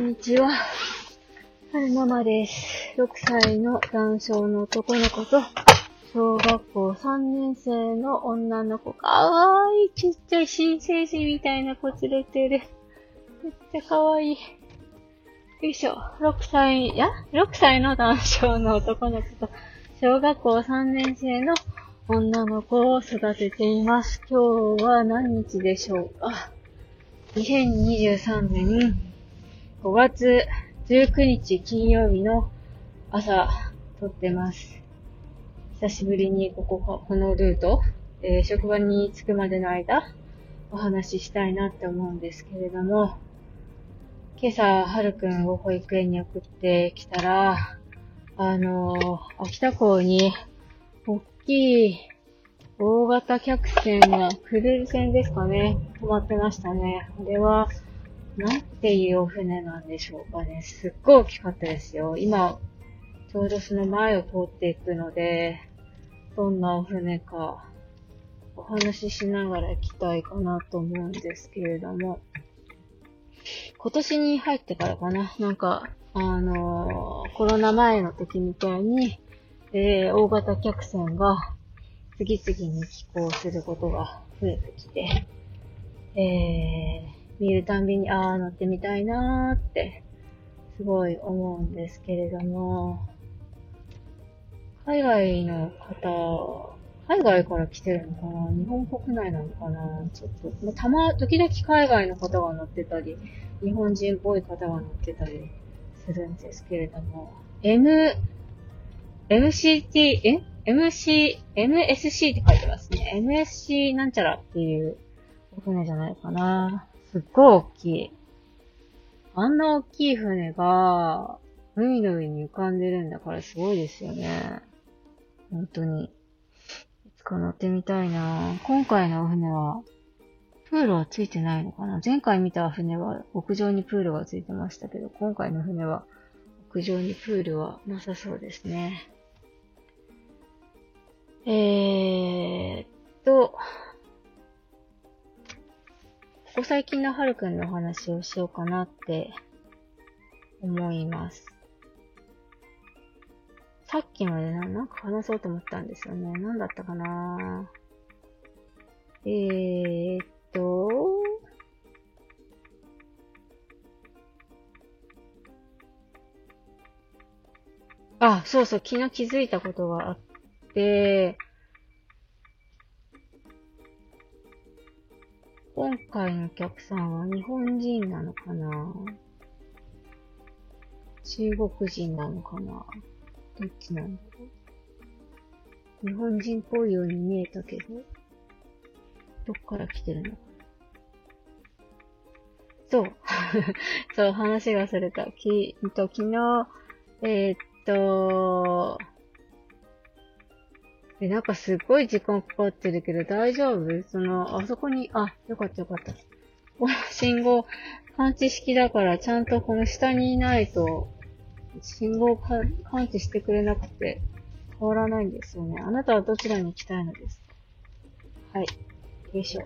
んにちは。ママです。6歳の男性の男の子と、小学校3年生の女の子、かわいい、ちっちゃい新生児みたいな子連れてる。めっちゃかわいい。よいしょ。6歳の男性の男の子と、小学校3年生の女の子を育てています。今日は何日でしょうか。2023年5月19日金曜日の朝撮ってます。久しぶりにこのルート、職場に着くまでの間お話ししたいなって思うんですけれども、今朝はるくんを保育園に送ってきたら、秋田港に大きい大型客船がクルーズ船ですかね、止まってましたね。これはなんていうお船なんでしょうかね。すっごい大きかったですよ。今ちょうどその前を通っていくので、どんなお船かお話ししながら行きたいかなと思うんですけれども、今年に入ってからかな、なんかコロナ前の時みたいに、大型客船が次々に寄港することが増えてきて、見るたんびに乗ってみたいなーってすごい思うんですけれども、海外から来てるのかな、日本国内なのかな、ちょっと時々海外の方が乗ってたり、日本人っぽい方が乗ってたりするんですけれども、MSC って書いてますね。MSC なんちゃらっていうお船じゃないかな。すっごい大きい。あんな大きい船が海の上に浮かんでるんだからすごいですよね。本当に。いつか乗ってみたいな。今回のお船はプールはついてないのかな。前回見た船は屋上にプールがついてましたけど、今回の船は屋上にプールはなさそうですね。ここ最近のはるくんの話をしようかなって思います。さっきまでなんか話そうと思ったんですよね。なんだったかな。そうそう、昨日気づいたことがあって、今回のお客さんは日本人なのかな？中国人なのかな？どっちなんだろう？日本人っぽいように見えたけど、どっから来てるのかな？そう。そう、話がそれた。昨日、なんかすっごい時間かかってるけど大丈夫？あそこに、よかったよかった。この信号、感知式だからちゃんとこの下にいないと、信号感知してくれなくて変わらないんですよね。あなたはどちらに行きたいのですか？はい。よいしょ。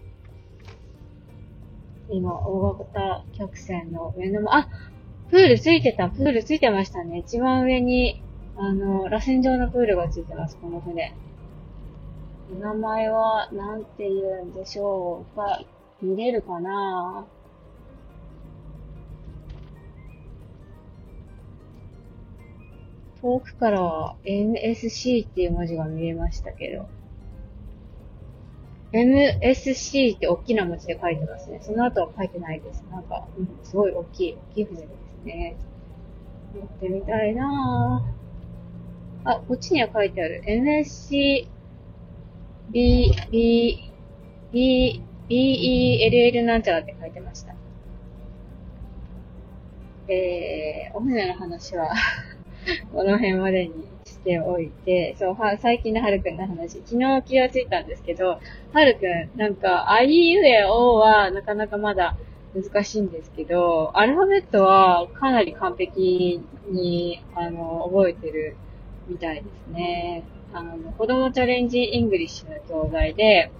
今、大型客船の上のプールついてましたね。一番上に、螺旋状のプールがついてます、この船。お名前は、なんて言うんでしょうか。見れるかな？遠くからは MSC っていう文字が見えましたけど。MSC って大きな文字で書いてますね。その後は書いてないです。なんか、すごい大きい船ですね。乗ってみたいなぁ。こっちには書いてある。MSC BELL なんちゃらって書いてました。お船の話はこの辺までにしておいて、最近のはるくんの話、昨日気がついたんですけど、はるくん、なんか、あいうえおはなかなかまだ難しいんですけど、アルファベットはかなり完璧に、覚えてるみたいですね。子供チャレンジイングリッシュの教材で、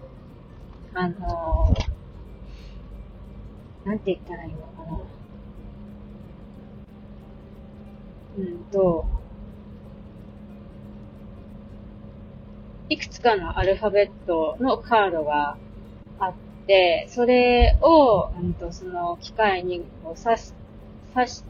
なんて言ったらいいのかな。 うんと、いくつかのアルファベットのカードがあって、それを、その機械にこう刺して、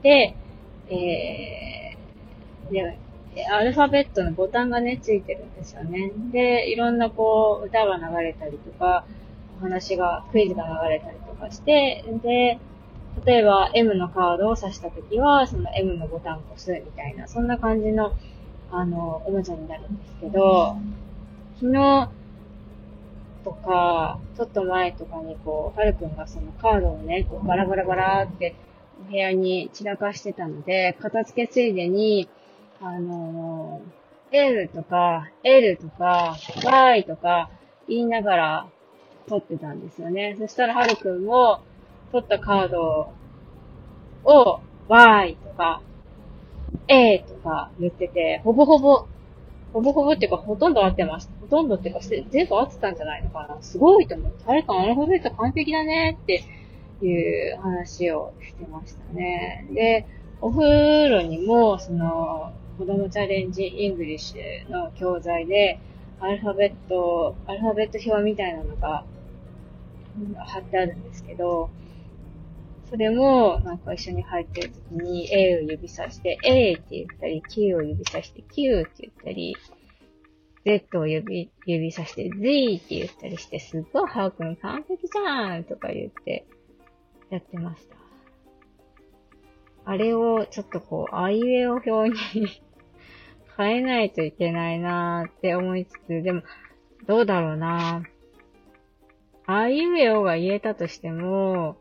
で、アルファベットのボタンがね、ついてるんですよね。で、いろんなこう、歌が流れたりとか、クイズが流れたりとかして、で、例えば M のカードを刺したときは、その M のボタンを押すみたいな、そんな感じの、おもちゃになるんですけど、昨日とか、ちょっと前とかにこう、はるくんがそのカードをね、こうガラガラガラってお部屋に散らかしてたので、片付けついでに、L とか、L とか、Y とか言いながら取ってたんですよね。そしたらはるくんも取ったカードを Y とか A とか言ってて、ほぼほぼっていうかほとんど合ってました。ほとんどっていうか全部合ってたんじゃないのかな。すごいと思って、はるくんアルファベット完璧だねっていう話をしてましたね。で、お風呂にも、その、子供チャレンジイングリッシュの教材で、アルファベット表みたいなのが貼ってあるんですけど、それもなんか一緒に入ってる時に A を指さして A って言ったり、Q を指さして Q って言ったり、Z を指さして Z って言ったりして、すっごいはーくん完璧じゃんとか言ってやってました。あれをちょっとこう、あいうえお表に変えないといけないなーって思いつつ、でも、どうだろうなあいうえおが言えたとしても、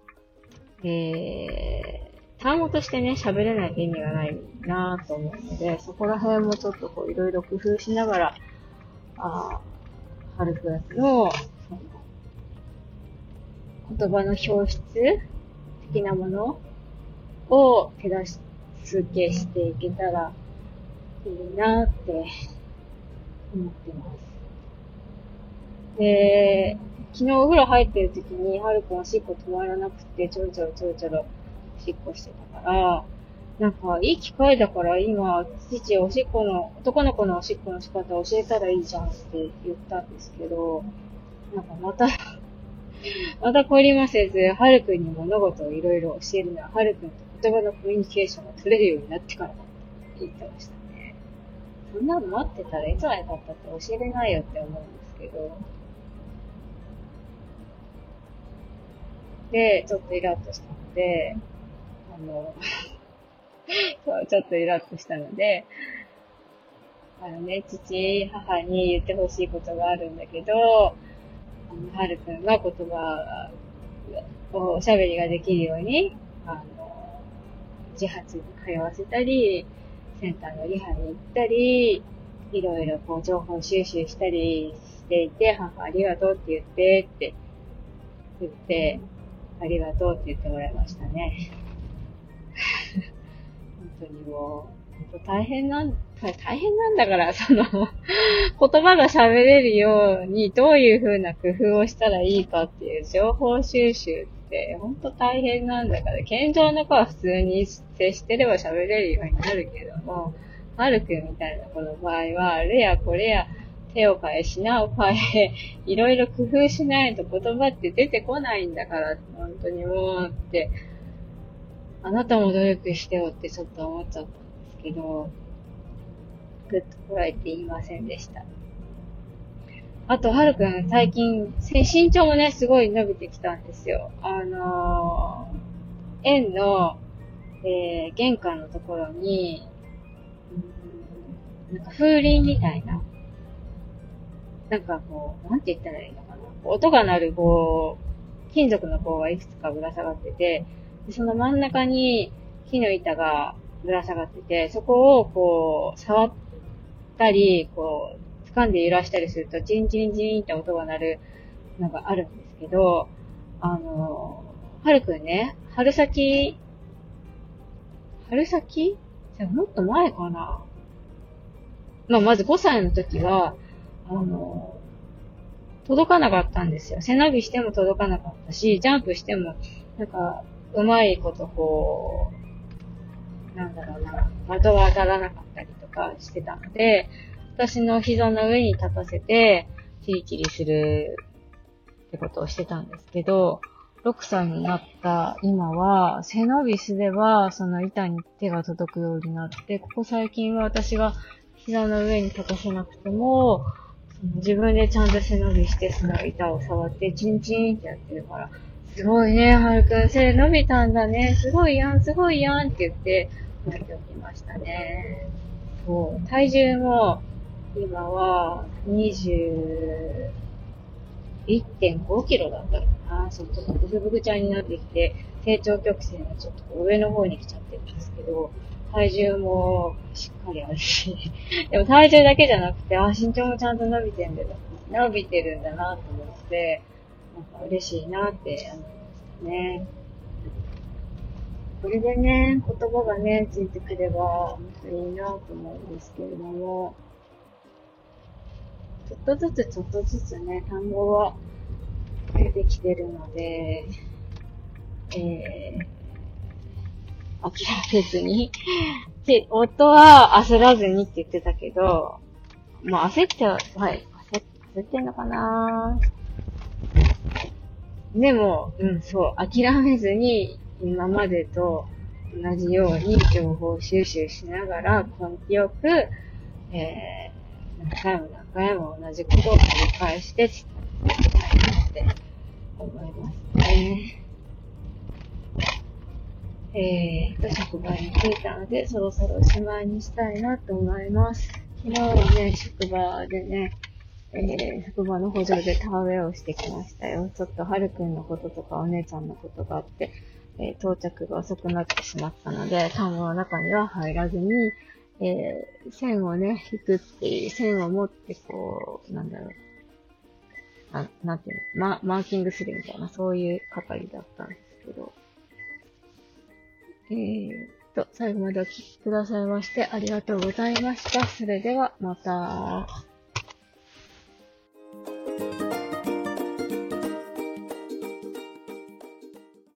単語としてね、喋れないと意味がないなぁと思うので、そこら辺もちょっとこういろいろ工夫しながら、はるくんの言葉の表出的なものを手助けしていけたらいいなって思ってます。で、昨日お風呂入ってる時に、はるくんおしっこ止まらなくて、ちょろちょろおしっこしてたから、なんか、いい機会だから今、男の子のおしっこの仕方教えたらいいじゃんって言ったんですけど、なんかまた懲りませず、はるくんに物事をいろいろ教えるのは、はるくんと言葉のコミュニケーションが取れるようになってからだって言ってましたね。そんなの待ってたらいつまで経ったって教えれないよって思うんですけど、で、ちょっとイラッとしたので、そう、ちょっとイラッとしたので、母に言ってほしいことがあるんだけど、はるくんが言葉をおしゃべりができるように、自発に通わせたり、センターのリハに行ったり、いろいろこう情報収集したりしていて、母ありがとうって言って、ありがとうって言ってもらいましたね。本当にもう、大変なんだから、言葉が喋れるようにどういう風な工夫をしたらいいかっていう情報収集って本当大変なんだから、健常の子は普通に接してれば喋れるようになるけども、はるくんみたいな子の場合は、あれやこれや手を変え品を変え、いろいろ工夫しないと言葉って出てこないんだから、本当にもうって、あなたも努力してよってちょっと思っちゃったんですけど、ぐっとこらえて言いませんでした。あと、はるくん最近、身長もね、すごい伸びてきたんですよ。園の、玄関のところに、なんか風鈴みたいな、なんかこう、なんて言ったらいいのかな。音が鳴る金属の棒がいくつかぶら下がってて、でその真ん中に木の板がぶら下がってて、そこをこう、触ったり、こう、掴んで揺らしたりすると、チンチンチンって音が鳴るのがあるんですけど、はるくんね、春先じゃあもっと前かな。まず5歳の時は、届かなかったんですよ。背伸びしても届かなかったし、ジャンプしても、なんか、うまいことこう、 なんだろうな、的が当たらなかったりとかしてたので、私の膝の上に立たせて、チリチリするってことをしてたんですけど、6歳になった今は、背伸びすれば、その板に手が届くようになって、ここ最近は私が膝の上に立たせなくても、自分でちゃんと背伸びして、その板を触って、チンチンってやってるから、すごいね、はるくん、背伸びたんだね、すごいやん、すごいやんって言って、褒めておきましたね。そう、体重も、今は、1.5キロだったのかな。そう、ちょっとブクブクちゃんになってきて、成長曲線がちょっと上の方に来ちゃってるんですけど、体重もしっかりあるし、でも体重だけじゃなくて、身長もちゃんと伸びてるんだなと思って、なんか嬉しいなって思いましたね。これでね、言葉がね、ついてくれば、本当にいいなと思うんですけれども、ちょっとずつね、単語は出てきてるので、諦めずに。で、夫は焦らずにって言ってたけど、もう焦ってんのかな。でも、そう、諦めずに、今までと同じように情報収集しながら、根気よく、何回も同じことを繰り返して、伝えていきたいなって思いますね。職場に着いたので、そろそろおしまいにしたいなと思います。昨日はね、職場でね、職場の補助で田植えをしてきましたよ。ちょっとはるくんのこととかお姉ちゃんのことがあって、到着が遅くなってしまったので、田んぼの中には入らずに、線をね、引くっていう、線を持ってこう、なんていうの、マーキングするみたいな、そういう係だったんですけど、最後までお聞きくださいましてありがとうございました。それではまた。